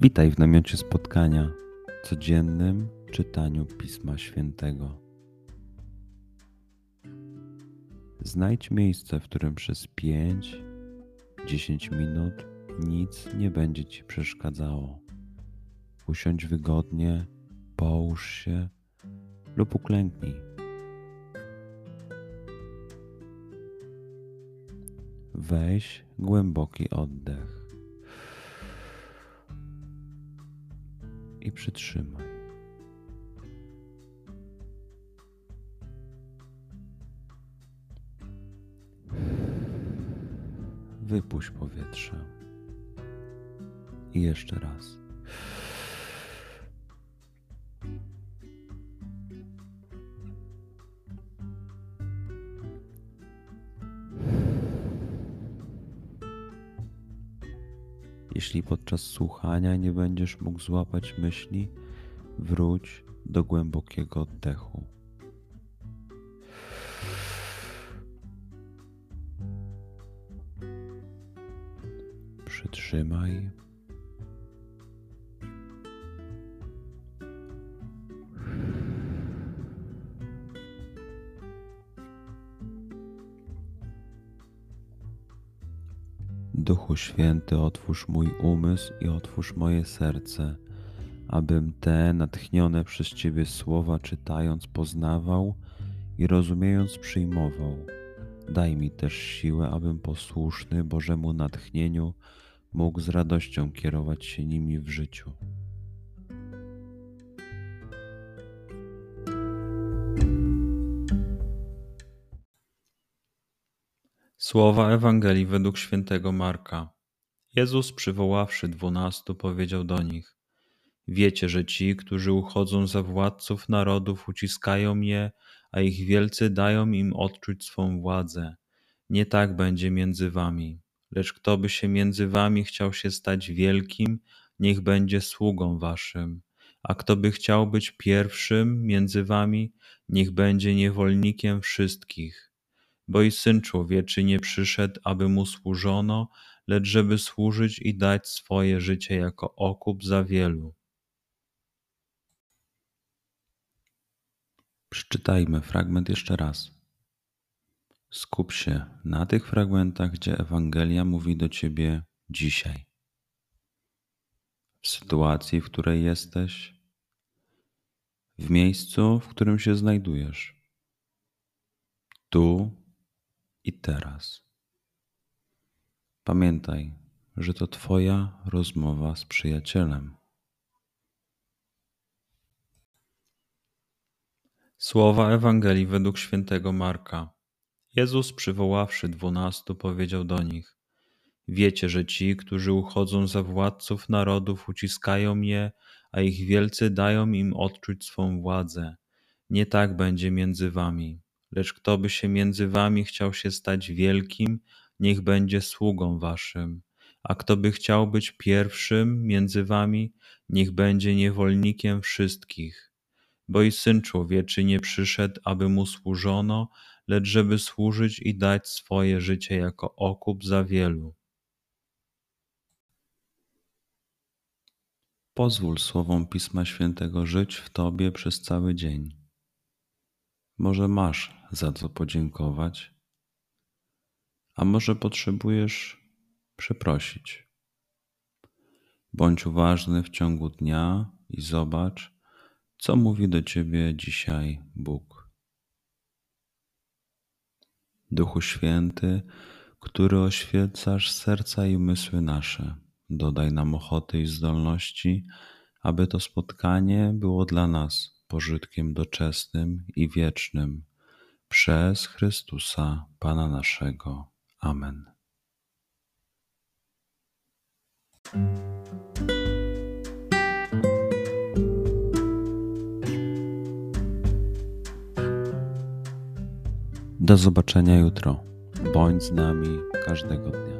Witaj w namiocie spotkania, codziennym czytaniu Pisma Świętego. Znajdź miejsce, w którym przez 5-10 minut nic nie będzie Ci przeszkadzało. Usiądź wygodnie, połóż się lub uklęknij. Weź głęboki oddech i przytrzymaj. Wypuść powietrze. I jeszcze raz. Jeśli podczas słuchania nie będziesz mógł złapać myśli, wróć do głębokiego oddechu. Przytrzymaj. Duchu Święty, otwórz mój umysł i otwórz moje serce, abym te natchnione przez Ciebie słowa czytając poznawał i rozumiejąc przyjmował. Daj mi też siłę, abym posłuszny Bożemu natchnieniu mógł z radością kierować się nimi w życiu. Słowa Ewangelii według świętego Marka. Jezus, przywoławszy 12, powiedział do nich: Wiecie, że ci, którzy uchodzą za władców narodów, uciskają je, a ich wielcy dają im odczuć swą władzę. Nie tak będzie między wami. Lecz kto by się między wami chciał się stać wielkim, niech będzie sługą waszym. A kto by chciał być pierwszym między wami, niech będzie niewolnikiem wszystkich. Bo i Syn Człowieczy nie przyszedł, aby mu służono, lecz żeby służyć i dać swoje życie jako okup za wielu. Przeczytajmy fragment jeszcze raz. Skup się na tych fragmentach, gdzie Ewangelia mówi do Ciebie dzisiaj. W sytuacji, w której jesteś, w miejscu, w którym się znajdujesz, tu i teraz. Pamiętaj, że to Twoja rozmowa z przyjacielem. Słowa Ewangelii według świętego Marka. Jezus, przywoławszy 12, powiedział do nich: Wiecie, że ci, którzy uchodzą za władców narodów, uciskają je, a ich wielcy dają im odczuć swą władzę. Nie tak będzie między wami. Lecz kto by się między wami chciał się stać wielkim, niech będzie sługą waszym. A kto by chciał być pierwszym między wami, niech będzie niewolnikiem wszystkich. Bo i Syn Człowieczy nie przyszedł, aby mu służono, lecz żeby służyć i dać swoje życie jako okup za wielu. Pozwól słowom Pisma Świętego żyć w Tobie przez cały dzień. Może masz za co podziękować, a może potrzebujesz przeprosić. Bądź uważny w ciągu dnia i zobacz, co mówi do Ciebie dzisiaj Bóg. Duchu Święty, który oświecasz serca i umysły nasze, dodaj nam ochoty i zdolności, aby to spotkanie było dla nas pożytkiem doczesnym i wiecznym. Przez Chrystusa, Pana naszego. Amen. Do zobaczenia jutro. Bądź z nami każdego dnia.